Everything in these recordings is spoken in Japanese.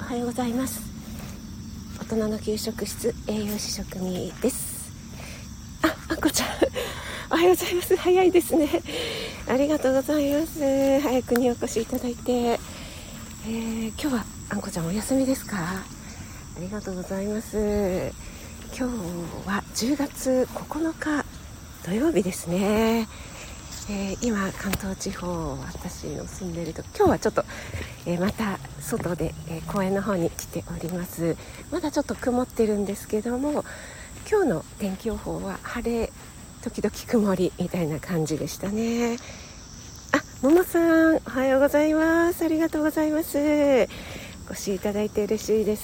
はようございます。大人の給食室栄養士食味です。あんこちゃんおはようございます。早いですね。ありがとうございます。早くにお越しいただいて、今日はあんこちゃんお休みですか？ありがとうございます。今日は10月9日土曜日ですね。今関東地方、私の住んでいると今日はちょっと、また外で、公園の方に来ております。まだちょっと曇ってるんですけども、今日の天気予報は晴れ時々曇りみたいな感じでしたね。ももさんおはようございます。ありがとうございます。お越しいただいて嬉しいです。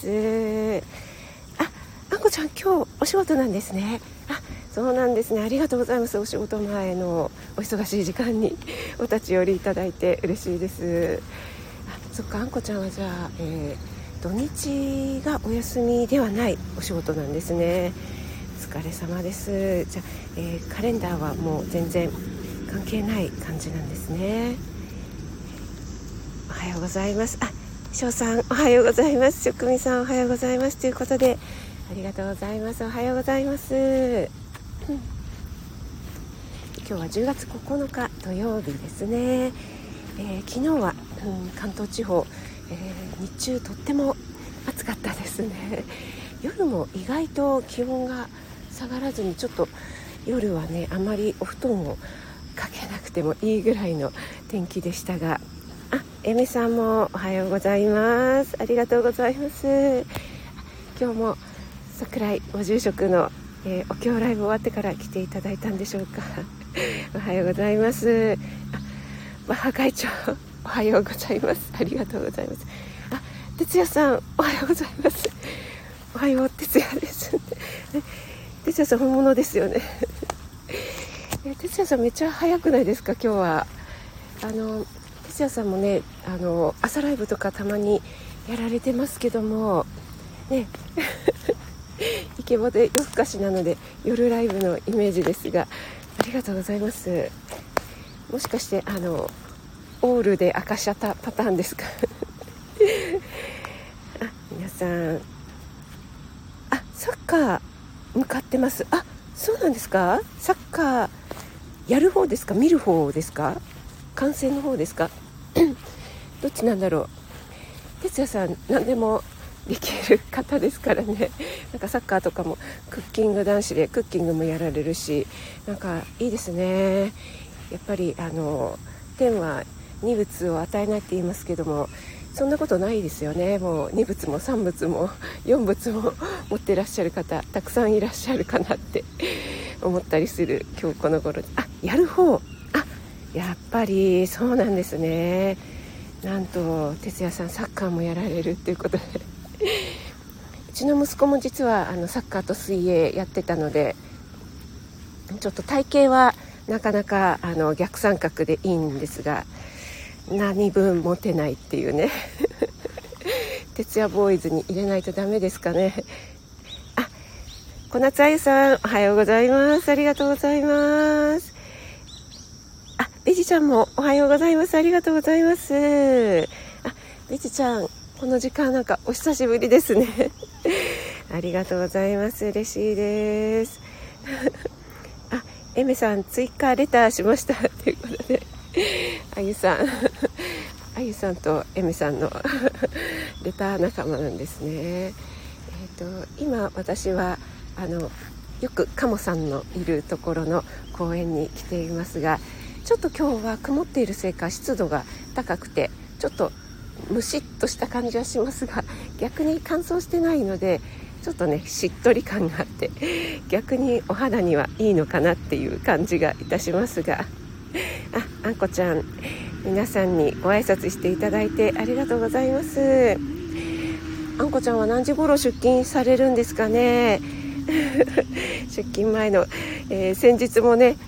あんこちゃん今日お仕事なんですね。そうなんですね。ありがとうございます。お仕事前のお忙しい時間にお立ち寄りいただいて嬉しいです。そっか、あんこちゃんはじゃあ、土日がお休みではないお仕事なんですね。お疲れ様です。じゃあ、カレンダーはもう全然関係ない感じなんですね。おはようございます。翔さんおはようございます。職味さんおはようございますということでありがとうございます。おはようございます。今日は10月9日土曜日ですね。昨日は、関東地方、日中とっても暑かったですね。夜も意外と気温が下がらずに、ちょっと夜はねあまりお布団をかけなくてもいいぐらいの天気でしたが、エメさんもおはようございます。ありがとうございます。今日も桜井ご住職の、お経ライブ終わってから来ていただいたんでしょうか。おはようございます。バッハ会長おはようございます。ありがとうございます。哲也さんおはようございます。おはよう、哲也です哲也さん本物ですよね哲也さんめっちゃ早くないですか？今日は哲也さんもね朝ライブとかたまにやられてますけどもねイケボで夜更かしなので夜ライブのイメージですが、ありがとうございます。もしかしてオールで赤シャタパターンですか皆さんサッカー向かってます。そうなんですか？サッカーやる方ですか？見る方ですか？観戦の方ですか？どっちなんだろう。哲也さん何でもできる方ですからね。なんかサッカーとかもクッキング男子でクッキングもやられるし、なんかいいですね。やっぱり天は二物を与えないって言いますけども、そんなことないですよね。もう二物も三物も四物も持ってらっしゃる方たくさんいらっしゃるかなって思ったりする今日この頃。やる方やっぱりそうなんですね。なんと哲也さんサッカーもやられるっていうことでうちの息子も実はサッカーと水泳やってたので、ちょっと体型はなかなか逆三角でいいんですが、何分持てないっていうね徹夜ボーイズに入れないとダメですかね。小夏あゆさんおはようございます。ありがとうございます。ベジちゃんもおはようございます。ありがとうございます。ベジちゃんこの時間なんかお久しぶりですねありがとうございます。嬉しいですエメさん追加レターしましたということであゆさんとエメさんのレター仲間なんですね。今私はよくカモさんのいるところの公園に来ていますが、ちょっと今日は曇っているせいか湿度が高くてちょっとムシッとした感じはしますが、逆に乾燥してないのでちょっとねしっとり感があって逆にお肌にはいいのかなっていう感じがいたしますが、あんこちゃん皆さんにご挨拶していただいてありがとうございます。あんこちゃんは何時頃出勤されるんですかね出勤前の、先日もね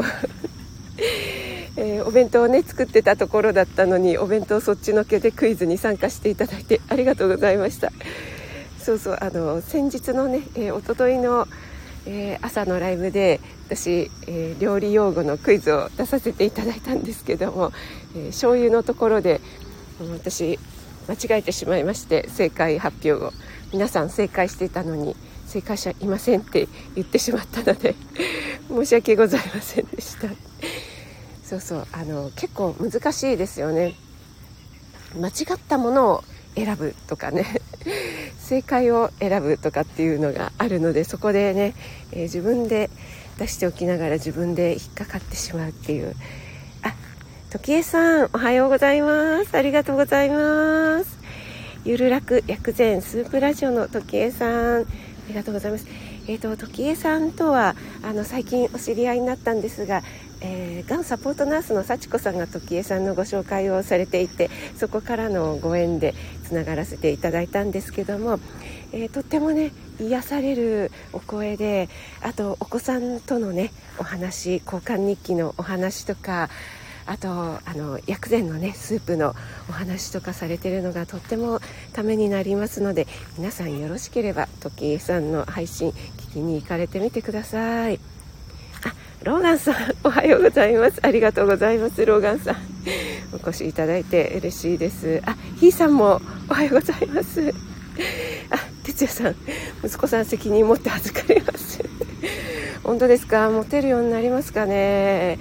お弁当をね作ってたところだったのに、お弁当そっちのけでクイズに参加していただいてありがとうございました。先日のね、一昨日の、朝のライブで私、料理用語のクイズを出させていただいたんですけども、醤油のところで私間違えてしまいまして、正解発表を皆さん正解していたのに正解者いませんって言ってしまったので申し訳ございませんでした。そう結構難しいですよね。間違ったものを選ぶとかね正解を選ぶとかっていうのがあるので、そこでね、自分で出しておきながら自分で引っかかってしまうっていう。時江さん、おはようございます。ありがとうございます。ゆるらく薬膳スープラジオの時江さん、ありがとうございます。時江さんとは最近お知り合いになったんですが、がんサポートナースの幸子さんが時江さんのご紹介をされていて、そこからのご縁でつながらせていただいたんですけども、とってもね癒されるお声で、あとお子さんとのねお話、交換日記のお話とか、あと薬膳のねスープのお話とかされているのがとってもためになりますので、皆さんよろしければ時江さんの配信聞きに行かれてみてください。ローガンさん、おはようございます。ありがとうございます。ローガンさん、お越しいただいて嬉しいです。ひーさんもおはようございます。哲也さん、息子さん責任持って預かります本当ですか？持てるようになりますかね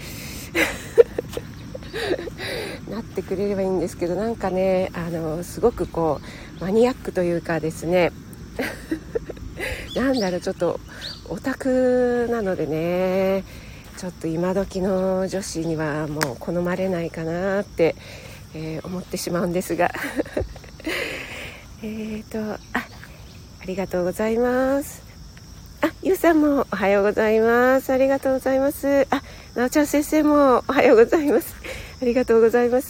なってくれればいいんですけど、なんかねすごくこうマニアックというかですねなんだろう、ちょっとオタクなのでね、ちょっと今時の女子にはもう好まれないかなって、思ってしまうんですがありがとうございます。ゆうさんもおはようございます。ありがとうございます。なおちゃん先生もおはようございます。ありがとうございます。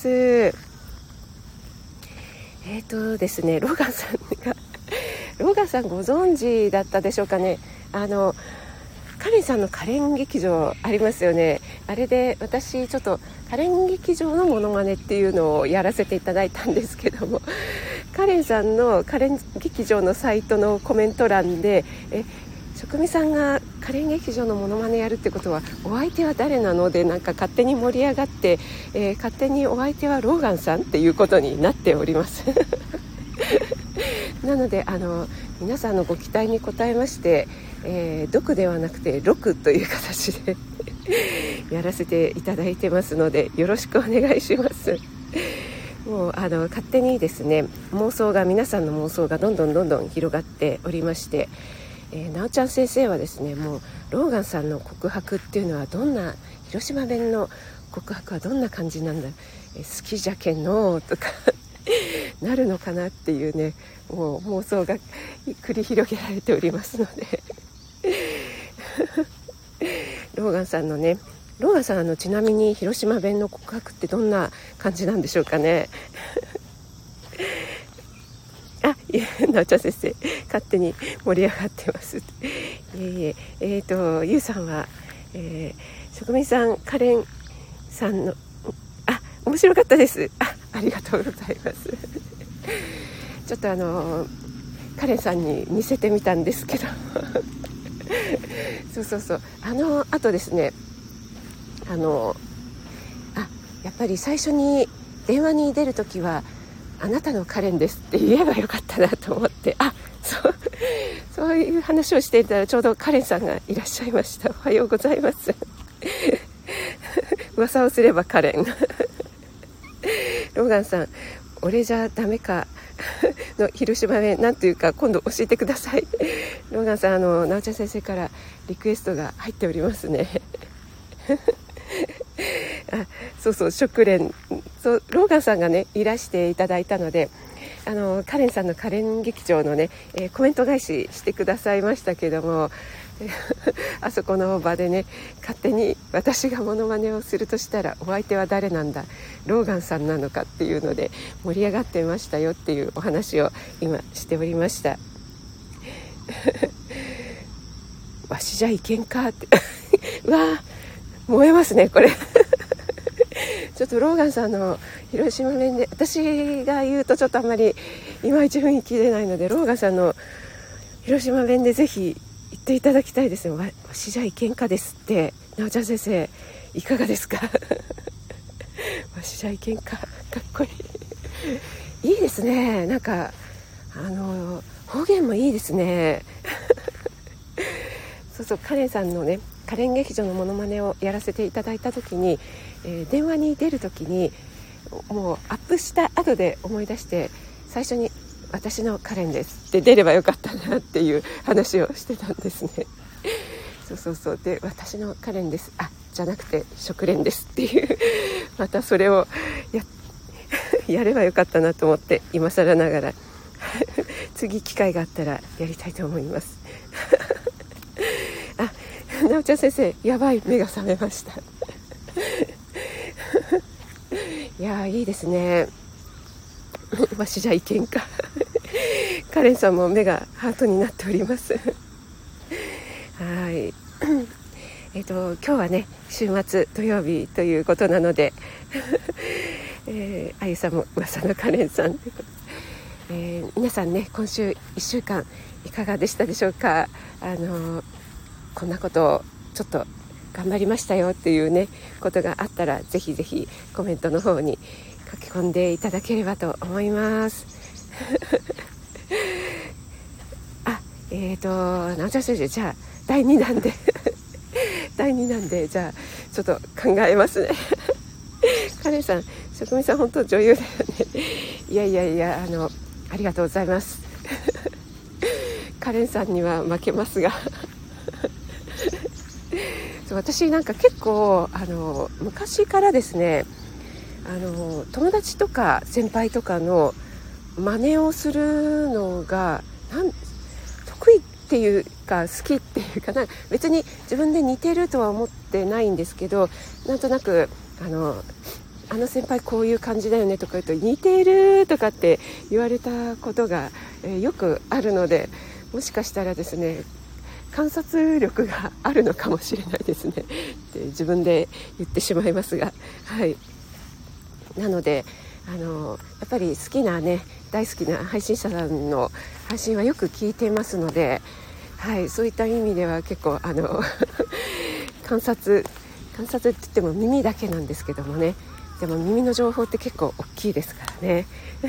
ですね、ローガンさんご存知だったでしょうかね。カレンさんのカレン劇場ありますよね。あれで私ちょっとカレン劇場のモノマネっていうのをやらせていただいたんですけども、カレンさんのカレン劇場のサイトのコメント欄で、職味さんがカレン劇場のモノマネやるってことはお相手は誰なので、なんか勝手に盛り上がって、勝手にお相手はローガンさんっていうことになっておりますなので皆さんのご期待に応えまして、読ではなくて録という形でやらせていただいてますので、よろしくお願いしますもう勝手にですね、皆さんの妄想がどんどん広がっておりまして、なおちゃん先生はですね、もうローガンさんの告白っていうのはどんな、広島弁の告白はどんな感じなんだ、好きじゃけんのとかなるのかなっていうね、もう妄想が繰り広げられておりますのでローガンさんちなみに広島弁の告白ってどんな感じなんでしょうかねなおちゃん先生勝手に盛り上がってますゆうさんは、職人さんカレンさんの面白かったです。ありがとうございますちょっとカレンさんに似せてみたんですけどそうあとですね、やっぱり最初に電話に出るときはあなたのカレンですって言えばよかったなと思って、そういう話をしていたらちょうどカレンさんがいらっしゃいました。おはようございます噂をすればカレンローガンさん、俺じゃダメかの広島弁なんというか今度教えてくださいローガンさん、なおちゃん先生からリクエストが入っておりますね食連、ローガンさんがねいらしていただいたので、カレンさんのカレン劇場のね、コメント返ししてくださいましたけどもあそこの場でね、勝手に私がモノマネをするとしたらお相手は誰なんだ、ローガンさんなのかっていうので盛り上がってましたよっていうお話を今しておりましたわしじゃいけんかってうわー燃えますねこれちょっとローガンさんの広島弁で私が言うとちょっとあんまりいまいち雰囲気出ないので、ローガンさんの広島弁でぜひ言っていただきたいですね。わしじゃいけんかですって。なおちゃん先生いかがですかわしじゃいけんか、かっこいいいいですね。なんか方言もいいですね。そうそう、カレンさんのね、カレン劇場のモノマネをやらせていただいた時に、電話に出る時にもうアップした後で思い出して、最初に私のカレンですって出ればよかったなっていう話をしてたんですね。そうで、私のカレンです、じゃなくて食連ですっていうまたそれをやればよかったなと思って、今更ながら次機会があったらやりたいと思います。なおちゃん先生、やばい、目が覚めました。いやいいですね。わしじゃいけんか。カレンさんも目がハートになっております。はい。今日はね、週末土曜日ということなので、あゆさんも噂のカレンさんということで、皆さんね、今週1週間いかがでしたでしょうか。こんなことをちょっと頑張りましたよっていうね、ことがあったら、ぜひぜひコメントの方に書き込んでいただければと思います。なおちゃん先生、じゃあ第2弾で第2弾でじゃあちょっと考えますね。カレンさん、職人さん本当女優だよね。いやありがとうございます。カレンさんには負けますが私なんか結構昔からですね、友達とか先輩とかの真似をするのが得意っていうか好きっていうかな、別に自分で似てるとは思ってないんですけど、なんとなくあの先輩こういう感じだよねとか言うと、似てるとかって言われたことが、よくあるので、もしかしたらですね、観察力があるのかもしれないですねって自分で言ってしまいますが、はい。なのでやっぱり好きなね、大好きな配信者さんの配信はよく聞いていますので、はい、そういった意味では結構観察って言っても耳だけなんですけどもね、でも耳の情報って結構大きいですからね。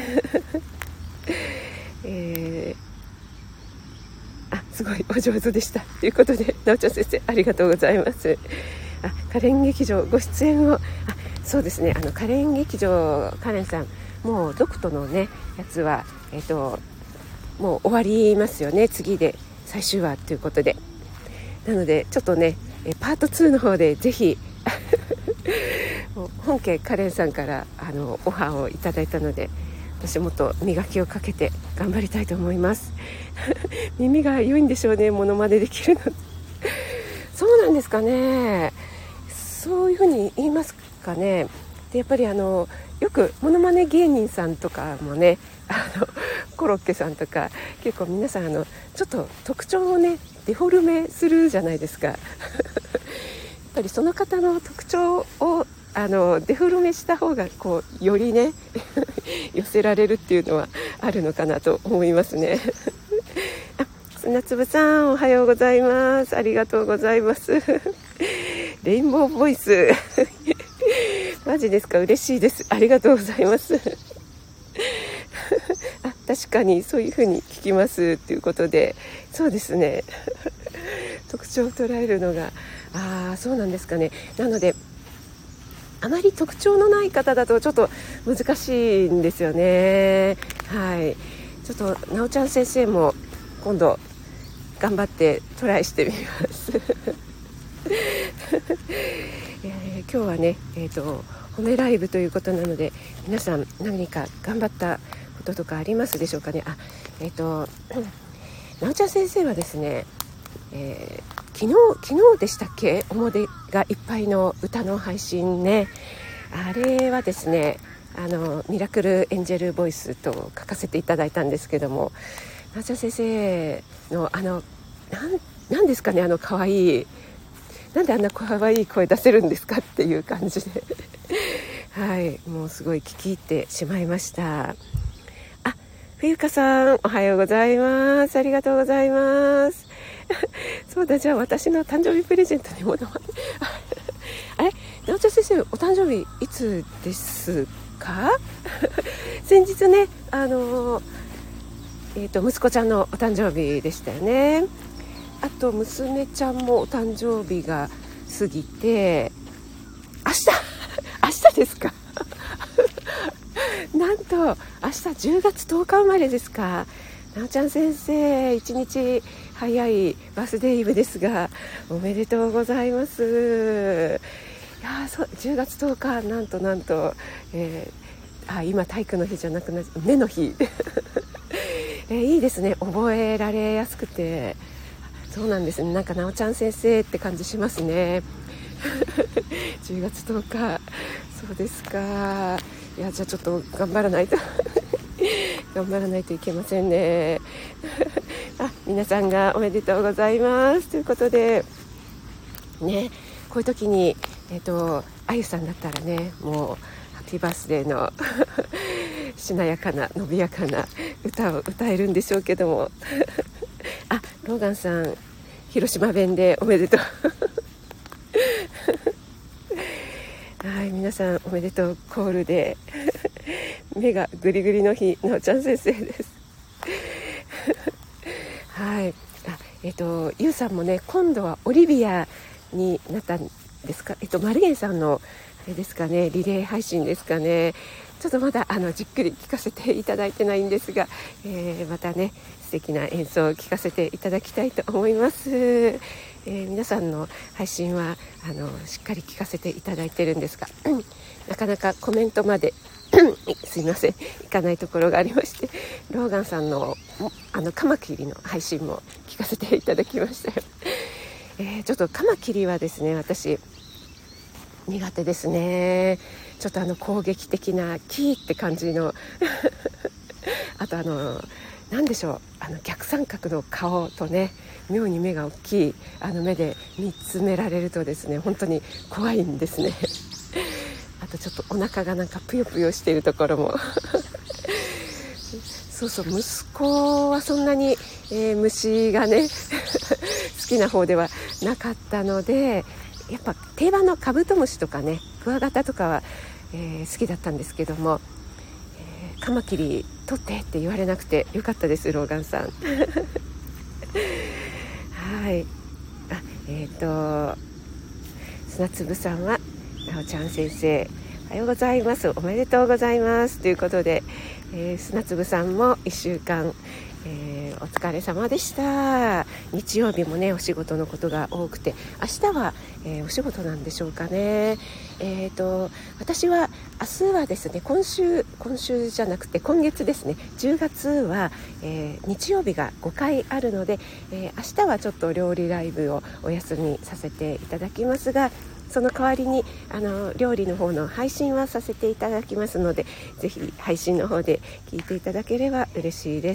すごいお上手でしたということで、なおちゃん先生ありがとうございます。カレン劇場ご出演を、そうですね、カレン劇場、カレンさんもうドクトのねやつはもう終わりますよね。次で最終話ということで、なのでちょっとねパート2の方でぜひ本家カレンさんからオファーをいただいたので、私もっと磨きをかけて頑張りたいと思います。耳が良いんでしょうね、モノマネできるの。そうなんですかね、そういうふうに言いますかね。でやっぱりよくモノマネ芸人さんとかもね、コロッケさんとか結構皆さんちょっと特徴をねデフォルメするじゃないですか。やっぱりその方の特徴をデフォルメした方がこうよりね寄せられるっていうのはあるのかなと思いますね。砂粒さんおはようございます。ありがとうございます。レインボーボイスマジですか、嬉しいです。ありがとうございます。確かにそういう風に聞きますということで、そうですね。特徴を捉えるのがそうなんですかね。なのであまり特徴のない方だとちょっと難しいんですよね。はい。ちょっとなおちゃん先生も今度頑張ってトライしてみます。今日はね、褒めライブということなので、皆さん何か頑張ったこととかありますでしょうかね。なおちゃん先生はですね、昨日でしたっけ、思いがいっぱいの歌の配信ね、あれはですねミラクルエンジェルボイスと書かせていただいたんですけども、なおちゃん先生のなんですかね、可愛い、なんであんな可愛い声出せるんですかっていう感じではい、もうすごい聞き入ってしまいました。冬香さんおはようございます。ありがとうございます。そうだ、じゃあ私の誕生日プレゼントにものまねあれ、なおちゃん先生お誕生日いつですっか先日ね、息子ちゃんのお誕生日でしたよね。あと娘ちゃんもお誕生日が過ぎて、明日ですかなんと明日10月10日生まれですか。なおちゃん先生、1日早いバースデーイブですが、おめでとうございます。いやそう10月10日、なんと、今体育の日じゃなくなっ目の日、いいですね、覚えられやすくて。そうなんですね、なんかなおちゃん先生って感じしますね10月10日、そうですか。いや、じゃあちょっと頑張らないと頑張らないといけませんね皆さんがおめでとうございますということでね、こういう時にあゆさんだったらね、もうハッピーバースデーのしなやかな伸びやかな歌を歌えるんでしょうけどもローガンさん、広島弁でおめでとうはい、皆さんおめでとうコールで目がグリグリの日、なおちゃん先生ですはいゆうさんもね、今度はオリビアになったんですか。マルゲンさんのあれですかね、リレー配信ですかね。ちょっとまだじっくり聞かせていただいてないんですが、またね、素敵な演奏を聞かせていただきたいと思います。皆さんの配信はしっかり聞かせていただいてるんですがなかなかコメントまですいません、いかないところがありまして、ローガンさんのカマキリの配信も聞かせていただきましたよ。ちょっとカマキリはですね、私苦手ですね。ちょっと攻撃的なキーって感じのあと何でしょう、逆三角の顔とね、妙に目が大きい目で見つめられるとですね、本当に怖いんですねあとちょっとお腹がなんかぷよぷよしているところもそう息子はそんなに、虫がね好きな方ではなかったので、やっぱ定番のカブトムシとかね、クワガタとかは、好きだったんですけども、カマキリ取ってって言われなくてよかったです、ローガンさんはい砂粒さんは、なおちゃん先生おはようございます、おめでとうございますということで、砂粒さんも1週間、お疲れ様でした。日曜日もね、お仕事のことが多くて、明日は、お仕事なんでしょうかね。私は明日はですね、今週じゃなくて今月ですね、10月は、日曜日が5回あるので、明日はちょっと料理ライブをお休みさせていただきますが、その代わりに料理の方の配信はさせていただきますので、ぜひ配信の方で聞いていただければ嬉しいです。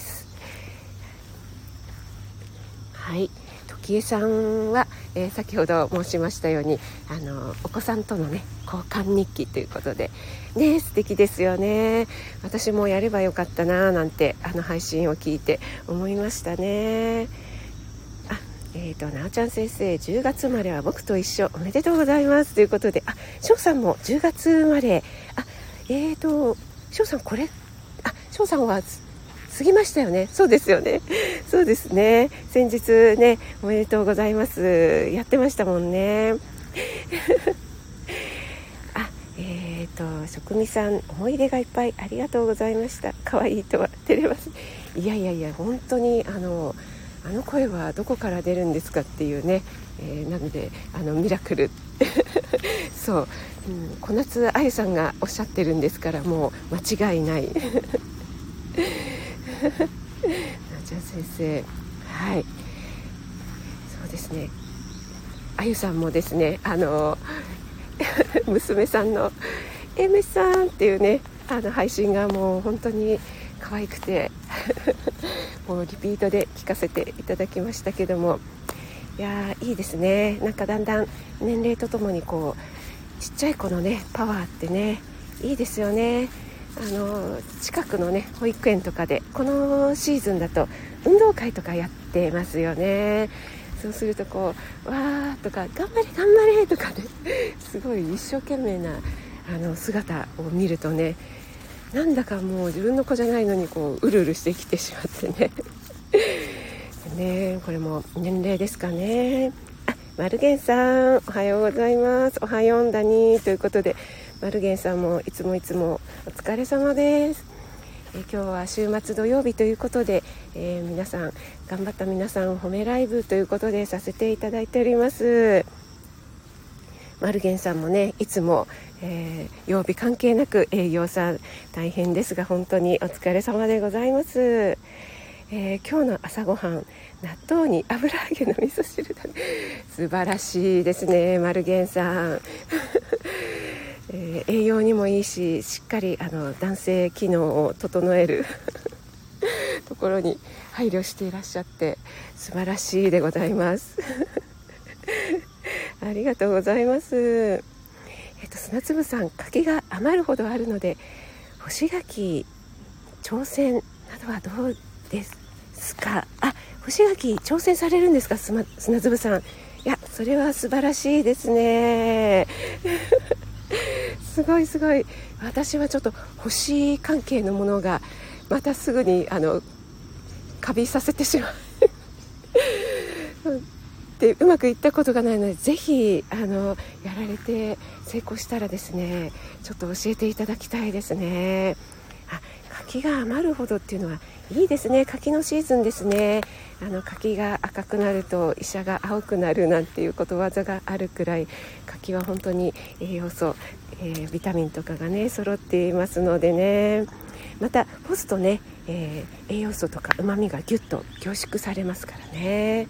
はい、時江さんは、先ほど申しましたようにお子さんとのね、交換日記ということでね、素敵ですよね。私もやればよかったななんて配信を聞いて思いましたね。なおちゃん先生、10月生まれは僕と一緒、おめでとうございますということで、翔さんも10月生まれ、翔さん翔さんは過ぎましたよね。そうですよね。そうですね。先日ね、おめでとうございますやってましたもんね職味さん、思い出がいっぱいありがとうございました。可愛いとは照れます。いや本当にあの声はどこから出るんですかっていうね、なのでミラクルそう、小夏あゆさんがおっしゃってるんですから、もう間違いないなおちゃん先生、はい、そうですね、あゆさんもですね、娘さんのエメさんっていうね、配信がもう本当に可愛くてもうリピートで聞かせていただきましたけども、いやいいですね。なんかだんだん年齢とともにこうちっちゃい子のねパワーってね、いいですよね。近くのね保育園とかでこのシーズンだと運動会とかやってますよね。そうするとこうわーとか頑張れ頑張れとかね、すごい一生懸命な姿を見るとね、なんだかもう自分の子じゃないのにうるうるしてきてしまってねこれも年齢ですかね。マルゲンさん、おはようございます。おはようんだにということで、マルゲンさんもいつもお疲れ様です。今日は週末土曜日ということで、皆さん頑張った皆さん褒めライブということでさせていただいております。マルゲンさんもね、いつも、曜日関係なく営業さん大変ですが本当にお疲れ様でございます。今日の朝ごはん、納豆に油揚げの味噌汁だ、素晴らしいですね、マルゲンさん栄養にもいいし、しっかり男性機能を整えるところに配慮していらっしゃって素晴らしいでございますありがとうございます。砂粒さん、柿が余るほどあるので干し柿挑戦などはどうですか。干し柿挑戦されるんですか、砂粒さん。いや、それは素晴らしいですねすごい。私はちょっと干し関係のものがまたすぐにカビさせてしまうでうまくいったことがないので、ぜひやられて成功したらですね、ちょっと教えていただきたいですね。柿が余るほどっていうのはいいですね。柿のシーズンですね。柿が赤くなると医者が青くなるなんていうことわざがあるくらい、柿は本当に栄養素、ビタミンとかがね揃っていますのでね、また干すとね、栄養素とかうまみがギュッと凝縮されますからね。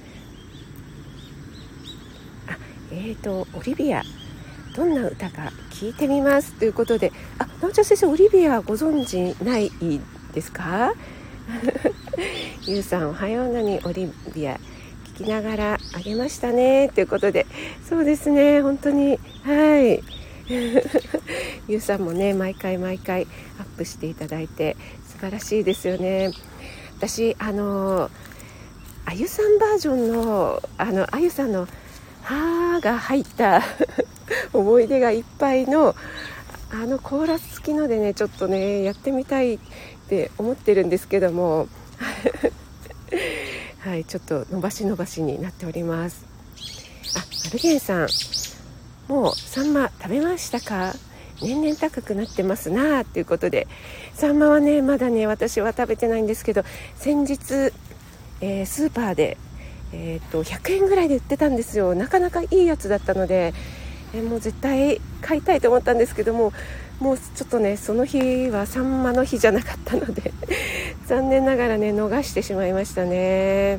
オリビア、どんな歌か聞いてみますということで、なおちゃん先生、オリビアご存知ないですかゆうさん、おはようなにオリビア聞きながらあげましたねということで、そうですね、本当にはいゆうさんもね、毎回アップしていただいて素晴らしいですよね。私あゆさんバージョンのあゆさんのはーが入った思い出がいっぱいのコーラス付きのでね、ちょっとねやってみたいって思ってるんですけどもはい、ちょっと伸ばしになっております。マルゲンさん、もうサンマ食べましたか。年々高くなってますなということで、サンマはねまだね私は食べてないんですけど、先日、スーパーで100円ぐらいで売ってたんですよ。なかなかいいやつだったので、もう絶対買いたいと思ったんですけども、もうちょっとねその日はサンマの日じゃなかったので残念ながらね逃してしまいましたね。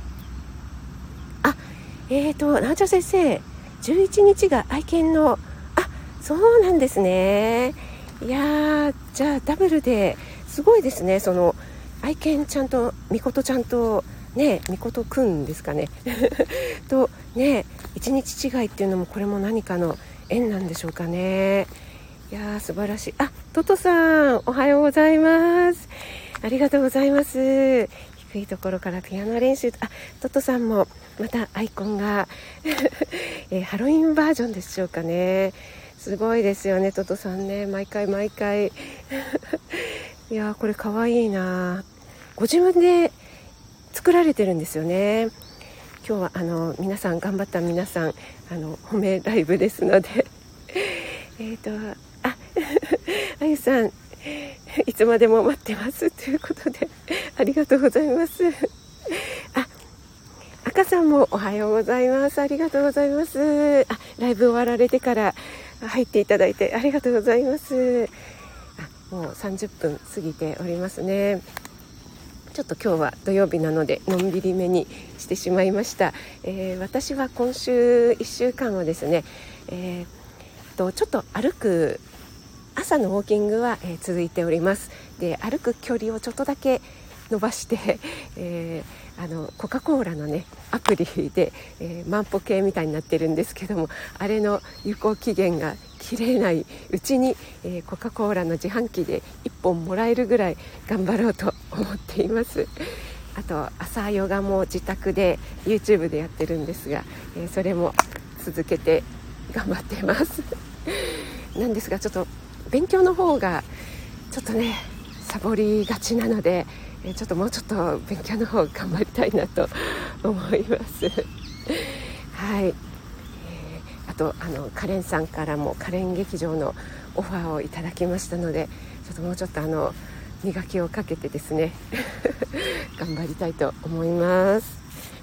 なおちゃん先生、11日が愛犬のそうなんですね。いやじゃあダブルですごいですね。その愛犬ちゃんとみことちゃんとね、みことくんですかねとね、1日違いっていうのもこれも何かの縁なんでしょうかね。いや素晴らしい。トトさん、おはようございます。ありがとうございます。低いところからピアノ練習。トトさんもまたアイコンが、ハロウィンバージョンでしょうかね。すごいですよね、トトさんね、毎回いやこれかわいいな。ご自分で作られてるんですよね。今日は皆さん頑張った皆さん褒めライブですのであゆさん、いつまでも待ってますということでありがとうございます。赤さんもおはようございます。ありがとうございます。ライブ終わられてから入っていただいてありがとうございます。もう30分過ぎておりますね。ちょっと今日は土曜日なのでのんびりめにしてしまいました。私は今週1週間はですね、ちょっと歩く朝のウォーキングは、続いております。で、歩く距離をちょっとだけ伸ばして、コカ・コーラのねアプリで、万歩計みたいになってるんですけども、あれの有効期限が切れないうちに、コカ・コーラの自販機で1本もらえるぐらい頑張ろうと思っています。あと朝ヨガも自宅で YouTube でやってるんですが、それも続けて頑張っていますなんですが、ちょっと勉強の方がちょっとねサボりがちなので、ちょっともうちょっと勉強の方頑張りたいなと思いますはい、あとカレンさんからもカレン劇場のオファーをいただきましたので、ちょっともうちょっと磨きをかけてですね頑張りたいと思います、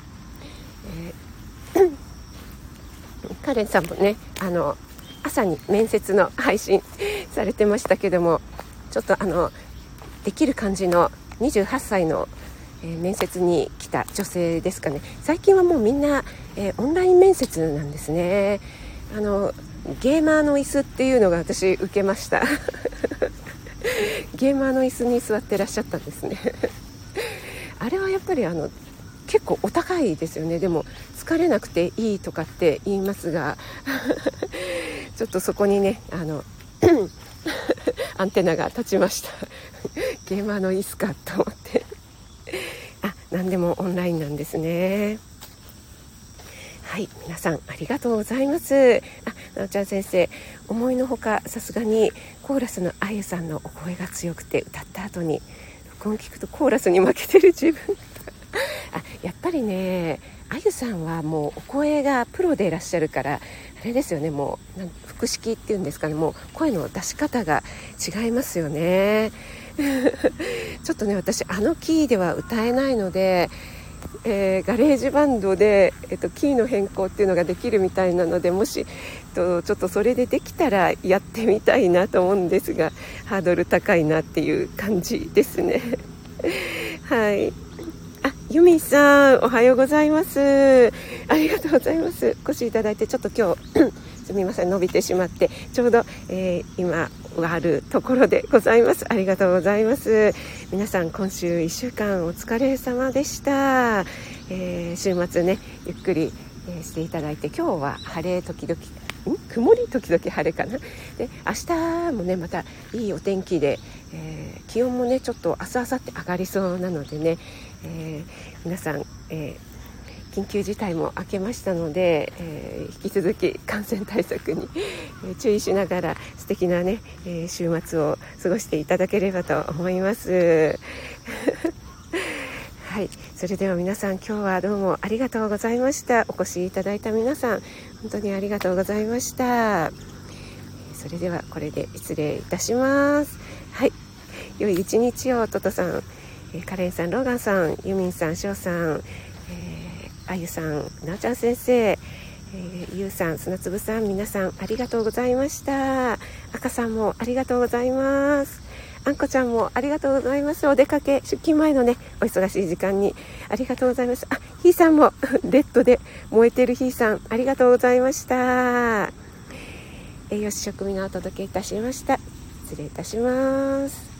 カレンさんもね朝に面接の配信されてましたけども、ちょっとできる感じの28歳の、面接に来た女性ですかね。最近はもうみんな、オンライン面接なんですね。ゲーマーの椅子っていうのが私受けましたゲーマーの椅子に座ってらっしゃったんですねあれはやっぱり結構お高いですよね。でも疲れなくていいとかって言いますがちょっとそこにねアンテナが立ちましたゲーマーの椅子かと思って何でもオンラインなんですね。はい、皆さんありがとうございます。なおちゃん先生、思いのほかさすがにコーラスのあゆさんのお声が強くて、歌った後に録音聞くとコーラスに負けてる自分やっぱりね、あゆさんはもうお声がプロでいらっしゃるから、あれですよね、もう腹式っていうんですかね、もう声の出し方が違いますよねちょっとね、私キーでは歌えないので、ガレージバンドで、キーの変更っていうのができるみたいなので、もし、ちょっとそれでできたらやってみたいなと思うんですが、ハードル高いなっていう感じですねはい、ユミさんおはようございます。ありがとうございます。お越しいただいて、ちょっと今日すみません、伸びてしまって、ちょうど、今あるところでございます。ありがとうございます。皆さん今週1週間お疲れ様でした。週末ねゆっくり、していただいて、今日は晴れ時々曇り時々晴れかな。で明日もねまたいいお天気で、気温もねちょっと明日明後日上がりそうなのでね、皆さん、緊急事態も明けましたので、引き続き感染対策に、注意しながら素敵なね、週末を過ごしていただければと思いますはい、それでは皆さん今日はどうもありがとうございました。お越しいただいた皆さん本当にありがとうございました。それではこれで失礼いたします。はい、良い一日を。トトさん、カレンさん、ローガンさん、ユミンさん、ショウさん、あゆさん、なおちゃん先生、ゆうさん、砂粒さん、皆さんありがとうございました。赤さんもありがとうございます。あんこちゃんもありがとうございます。お出かけ出勤前のねお忙しい時間にありがとうございます。ひーさんもレッドで燃えてるひーさんありがとうございました。栄養士食味のお届けいたしました。失礼いたします。